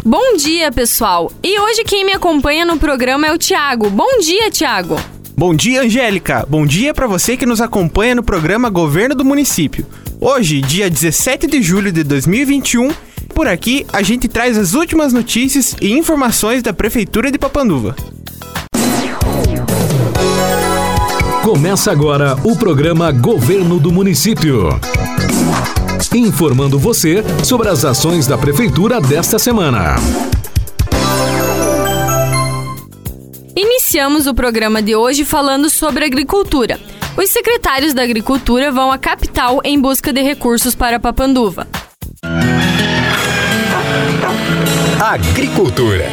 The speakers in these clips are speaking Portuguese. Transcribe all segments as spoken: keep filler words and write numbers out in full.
Bom dia, pessoal! E hoje quem me acompanha no programa é o Thiago. Bom dia, Thiago! Bom dia, Angélica! Bom dia para você que nos acompanha no programa Governo do Município. Hoje, dia dezessete de julho de dois mil e vinte e um, por aqui a gente traz as últimas notícias e informações da Prefeitura de Papanduva. Começa agora o programa Governo do Município. Informando você sobre as ações da Prefeitura desta semana. Iniciamos o programa de hoje falando sobre agricultura. Os secretários da Agricultura vão à capital em busca de recursos para Papanduva. Agricultura.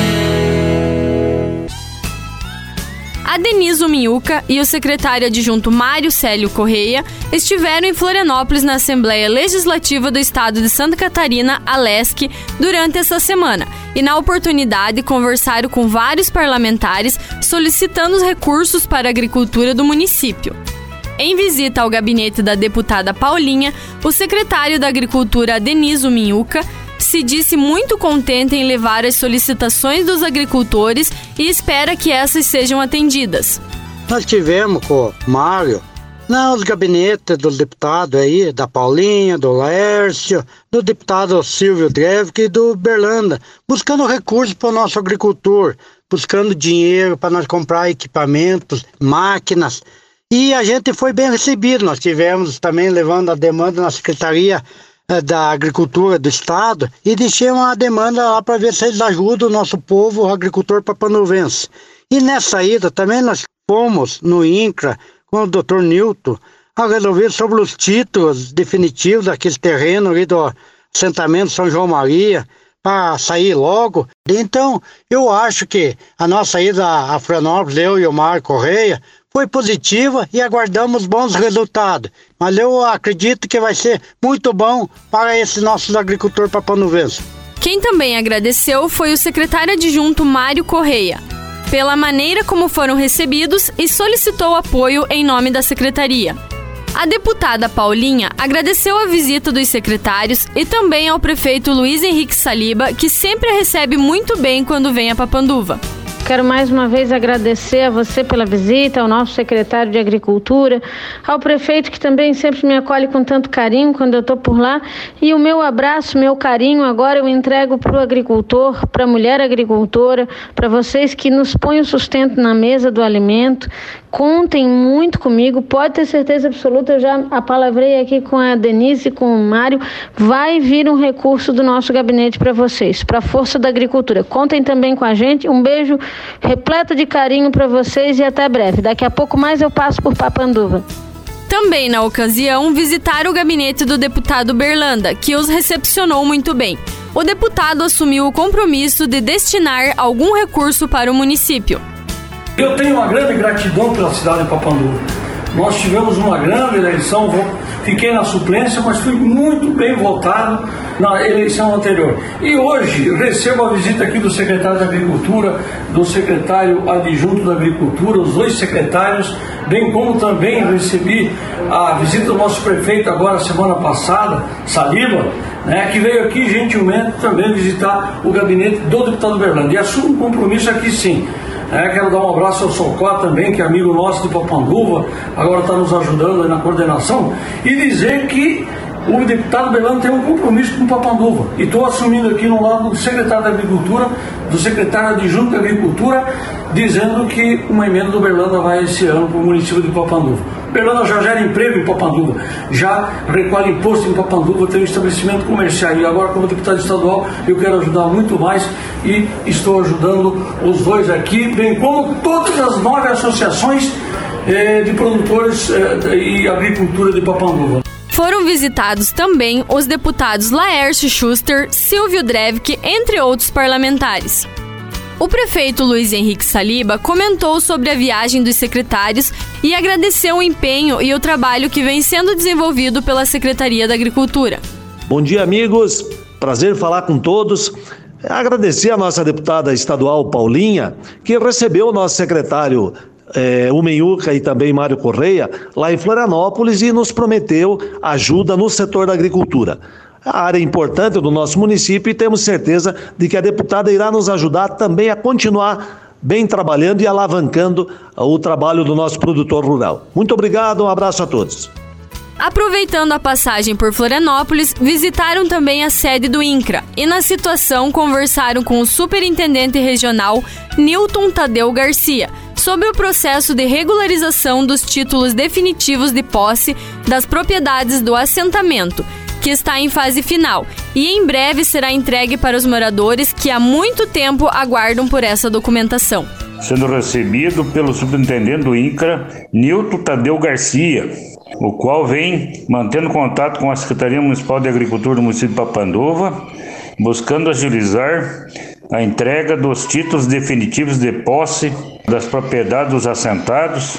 A Denise Minhuca e o secretário adjunto Mário Célio Correia estiveram em Florianópolis na Assembleia Legislativa do Estado de Santa Catarina, a LESC, durante essa semana e, na oportunidade, conversaram com vários parlamentares solicitando os recursos para a agricultura do município. Em visita ao gabinete da deputada Paulinha, o secretário da Agricultura, Denise Minhuca, se disse muito contente em levar as solicitações dos agricultores e espera que essas sejam atendidas. Nós tivemos com o Mário, nos gabinetes dos deputados aí, da Paulinha, do Laércio, do deputado Silvio Drevke e do Berlanda, buscando recursos para o nosso agricultor, buscando dinheiro para nós comprar equipamentos, máquinas. E a gente foi bem recebido. Nós tivemos também levando a demanda na Secretaria da Agricultura do Estado e deixamos a demanda lá para ver se eles ajudam o nosso povo, o agricultor papanduvense. E nessa ida também nós fomos no INCRA com o doutor Nilton a resolver sobre os títulos definitivos daquele terreno ali do assentamento São João Maria para sair logo. Então eu acho que a nossa ida a Florianópolis, eu e o Mário Correia, foi positiva e aguardamos bons resultados. Mas eu acredito que vai ser muito bom para esses nossos agricultores papanduvenses. Quem também agradeceu foi o secretário adjunto Mário Correia, pela maneira como foram recebidos e solicitou apoio em nome da secretaria. A deputada Paulinha agradeceu a visita dos secretários e também ao prefeito Luiz Henrique Saliba, que sempre recebe muito bem quando vem a Papanduva. Quero mais uma vez agradecer a você pela visita, ao nosso secretário de Agricultura, ao prefeito que também sempre me acolhe com tanto carinho quando eu estou por lá. E o meu abraço, meu carinho, agora eu entrego para o agricultor, para a mulher agricultora, para vocês que nos põem o sustento na mesa do alimento. Contem muito comigo, pode ter certeza absoluta, eu já apalavrei aqui com a Denise e com o Mário, vai vir um recurso do nosso gabinete para vocês, para a Força da Agricultura. Contem também com a gente, um beijo repleto de carinho para vocês e até breve. Daqui a pouco mais eu passo por Papanduva. Também na ocasião visitaram o gabinete do deputado Berlanda, que os recepcionou muito bem. O deputado assumiu o compromisso de destinar algum recurso para o município. Eu tenho uma grande gratidão pela cidade de Papanduva. Nós tivemos uma grande eleição, fiquei na suplência, mas fui muito bem votado na eleição anterior. E hoje recebo a visita aqui do secretário da Agricultura, do secretário adjunto da Agricultura, os dois secretários, bem como também recebi a visita do nosso prefeito agora semana passada, Saliba, né, que veio aqui gentilmente também visitar o gabinete do deputado Berlanda. E assumo um compromisso aqui sim. É, quero dar um abraço ao Socó também, que é amigo nosso de Papanduva, agora está nos ajudando aí na coordenação, e dizer que o deputado Berlanda tem um compromisso com Papanduva. E estou assumindo aqui no lado do secretário da Agricultura, do secretário adjunto da Agricultura, dizendo que uma emenda do Berlanda vai esse ano para o município de Papanduva. Berlanda já gera emprego em Papanduva, já recolhe imposto em Papanduva, tem um estabelecimento comercial. E agora, como deputado estadual, eu quero ajudar muito mais e estou ajudando os dois aqui, bem como todas as nove associações eh, de produtores eh, e agricultura de Papanduva. Foram visitados também os deputados Laércio Schuster, Silvio Drevke, entre outros parlamentares. O prefeito Luiz Henrique Saliba comentou sobre a viagem dos secretários e agradeceu o empenho e o trabalho que vem sendo desenvolvido pela Secretaria da Agricultura. Bom dia, amigos. Prazer falar com todos. Agradecer a nossa deputada estadual Paulinha, que recebeu o nosso secretário É, o Minhuca e também Mário Correia lá em Florianópolis e nos prometeu ajuda no setor da agricultura. a área importante do nosso município, e temos certeza de que a deputada irá nos ajudar também a continuar bem trabalhando e alavancando o trabalho do nosso produtor rural. Muito obrigado, um abraço a todos. Aproveitando a passagem por Florianópolis, visitaram também a sede do INCRA e, na situação, conversaram com o superintendente regional Nilton Tadeu Garcia sobre o processo de regularização dos títulos definitivos de posse das propriedades do assentamento, que está em fase final e em breve será entregue para os moradores que há muito tempo aguardam por essa documentação. Sendo recebido pelo superintendente do INCRA, Nilton Tadeu Garcia, o qual vem mantendo contato com a Secretaria Municipal de Agricultura do município de Papanduva, buscando agilizar a entrega dos títulos definitivos de posse das propriedades dos assentados,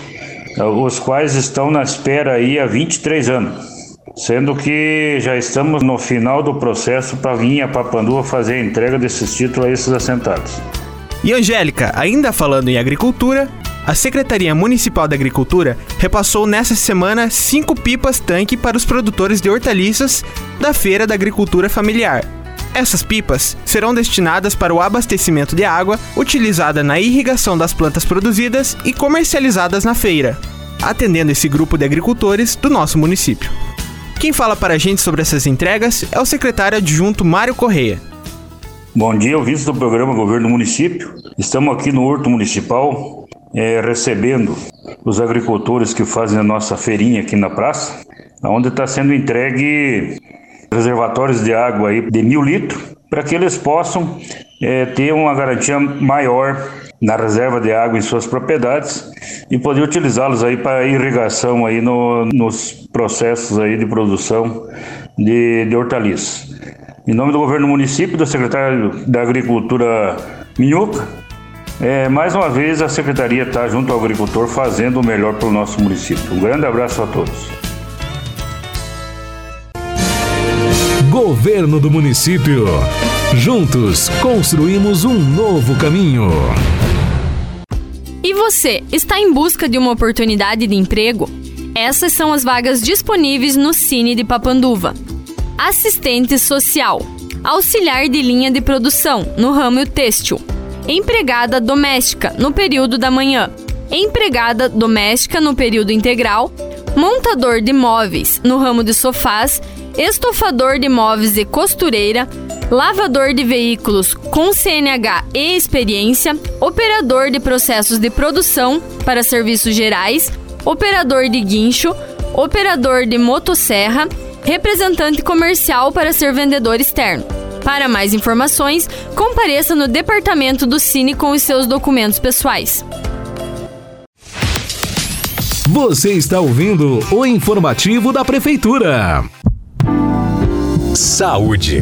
os quais estão na espera aí há vinte e três anos, sendo que já estamos no final do processo para vir a Papanduva fazer a entrega desses títulos a esses assentados. E Angélica, ainda falando em agricultura, a Secretaria Municipal da Agricultura repassou nessa semana cinco pipas-tanque para os produtores de hortaliças da Feira da Agricultura Familiar. Essas pipas serão destinadas para o abastecimento de água utilizada na irrigação das plantas produzidas e comercializadas na feira, atendendo esse grupo de agricultores do nosso município. Quem fala para a gente sobre essas entregas é o secretário adjunto Mário Correia. Bom dia, ouvintes do programa Governo do Município. Estamos aqui no Horto Municipal, é, recebendo os agricultores que fazem a nossa feirinha aqui na praça, onde está sendo entregue reservatórios de água aí de mil litros, para que eles possam é, ter uma garantia maior na reserva de água em suas propriedades e poder utilizá-los aí para irrigação aí no, nos processos aí de produção de, de hortaliças. Em nome do Governo do Município, do secretário da Agricultura Minhuca, é, mais uma vez a Secretaria está junto ao agricultor fazendo o melhor para o nosso município. Um grande abraço a todos. Governo do Município. Juntos construímos um novo caminho. E você, está em busca de uma oportunidade de emprego? Essas são as vagas disponíveis no Cine de Papanduva. Assistente social, auxiliar de linha de produção, no ramo têxtil, empregada doméstica, no período da manhã, empregada doméstica no período integral, montador de móveis, no ramo de sofás, estofador de móveis e costureira, lavador de veículos com C N H e experiência, operador de processos de produção para serviços gerais, operador de guincho, operador de motosserra, representante comercial para ser vendedor externo. Para mais informações, compareça no departamento do Cine com os seus documentos pessoais. Você está ouvindo o informativo da Prefeitura. Saúde.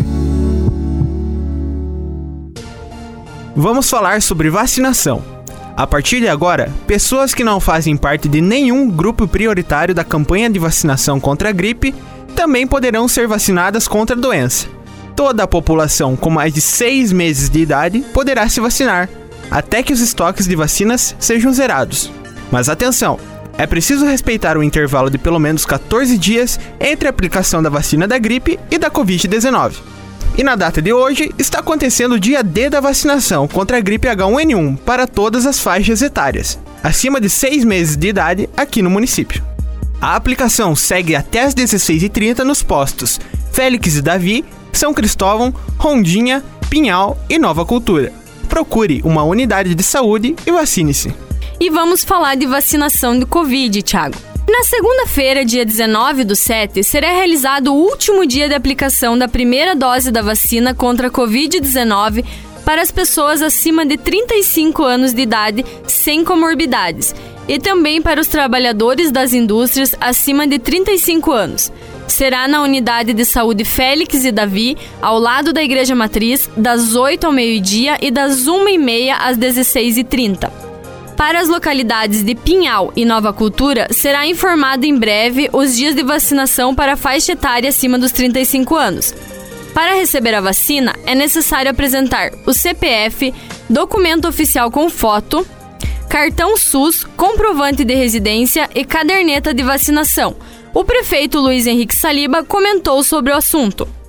Vamos falar sobre vacinação. A partir de agora, pessoas que não fazem parte de nenhum grupo prioritário da campanha de vacinação contra a gripe também poderão ser vacinadas contra a doença. Toda a população com mais de seis meses de idade poderá se vacinar, até que os estoques de vacinas sejam zerados. Mas atenção, é preciso respeitar o intervalo de pelo menos quatorze dias entre a aplicação da vacina da gripe e da covid dezenove. E na data de hoje, está acontecendo o dia D da vacinação contra a gripe H um N um para todas as faixas etárias, acima de seis meses de idade aqui no município. A aplicação segue até às dezesseis e trinta nos postos Félix e Davi, São Cristóvão, Rondinha, Pinhal e Nova Cultura. Procure uma unidade de saúde e vacine-se. E vamos falar de vacinação de Covid, Thiago. Na segunda-feira, dia dezenove do sete, será realizado o último dia de aplicação da primeira dose da vacina contra a covid dezenove para as pessoas acima de trinta e cinco anos de idade sem comorbidades e também para os trabalhadores das indústrias acima de trinta e cinco anos. Será na unidade de saúde Félix e Davi, ao lado da Igreja Matriz, das oito ao meio-dia e das uma e meia às dezesseis e trinta. Para as localidades de Pinhal e Nova Cultura, será informado em breve os dias de vacinação para a faixa etária acima dos trinta e cinco anos. Para receber a vacina, é necessário apresentar o C P F, documento oficial com foto, cartão SUS, comprovante de residência e caderneta de vacinação. O prefeito Luiz Henrique Saliba comentou sobre o assunto.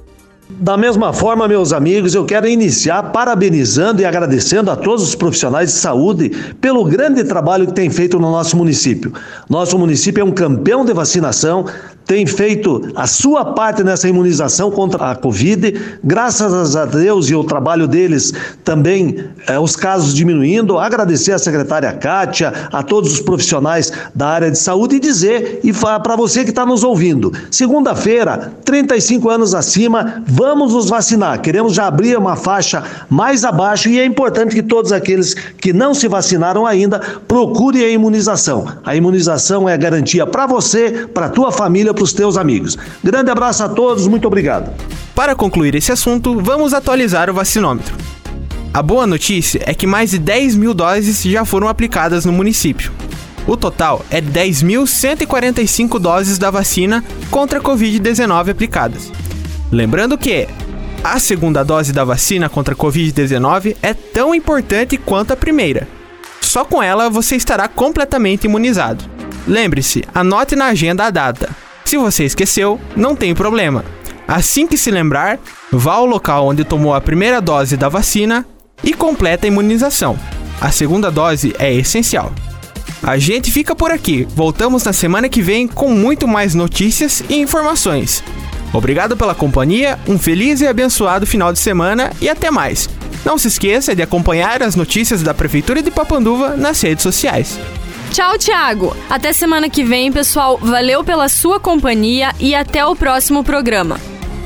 Da mesma forma, meus amigos, eu quero iniciar parabenizando e agradecendo a todos os profissionais de saúde pelo grande trabalho que tem feito no nosso município. Nosso município é um campeão de vacinação, tem feito a sua parte nessa imunização contra a Covid, graças a Deus e o trabalho deles também, eh, os casos diminuindo. Agradecer à secretária Kátia, a todos os profissionais da área de saúde e dizer, e para você que está nos ouvindo, segunda-feira, trinta e cinco anos acima, vamos nos vacinar. Queremos já abrir uma faixa mais abaixo e é importante que todos aqueles que não se vacinaram ainda procurem a imunização. A imunização é garantia para você, para a tua família, para os teus amigos. Grande abraço a todos, muito obrigado. Para concluir esse assunto, vamos atualizar o vacinômetro. A boa notícia é que mais de dez mil doses já foram aplicadas no município. O total é dez mil cento e quarenta e cinco doses da vacina contra a covid dezenove aplicadas. Lembrando que a segunda dose da vacina contra a covid dezenove é tão importante quanto a primeira. Só com ela você estará completamente imunizado. Lembre-se, anote na agenda a data. Se você esqueceu, não tem problema. Assim que se lembrar, vá ao local onde tomou a primeira dose da vacina e completa a imunização. A segunda dose é essencial. A gente fica por aqui. Voltamos na semana que vem com muito mais notícias e informações. Obrigado pela companhia, um feliz e abençoado final de semana e até mais. Não se esqueça de acompanhar as notícias da Prefeitura de Papanduva nas redes sociais. Tchau, Thiago. Até semana que vem, pessoal. Valeu pela sua companhia e até o próximo programa.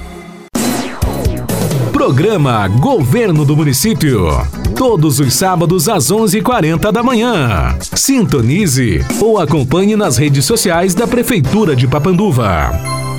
Programa Governo do Município. Todos os sábados às onze e quarenta da manhã. Sintonize ou acompanhe nas redes sociais da Prefeitura de Papanduva.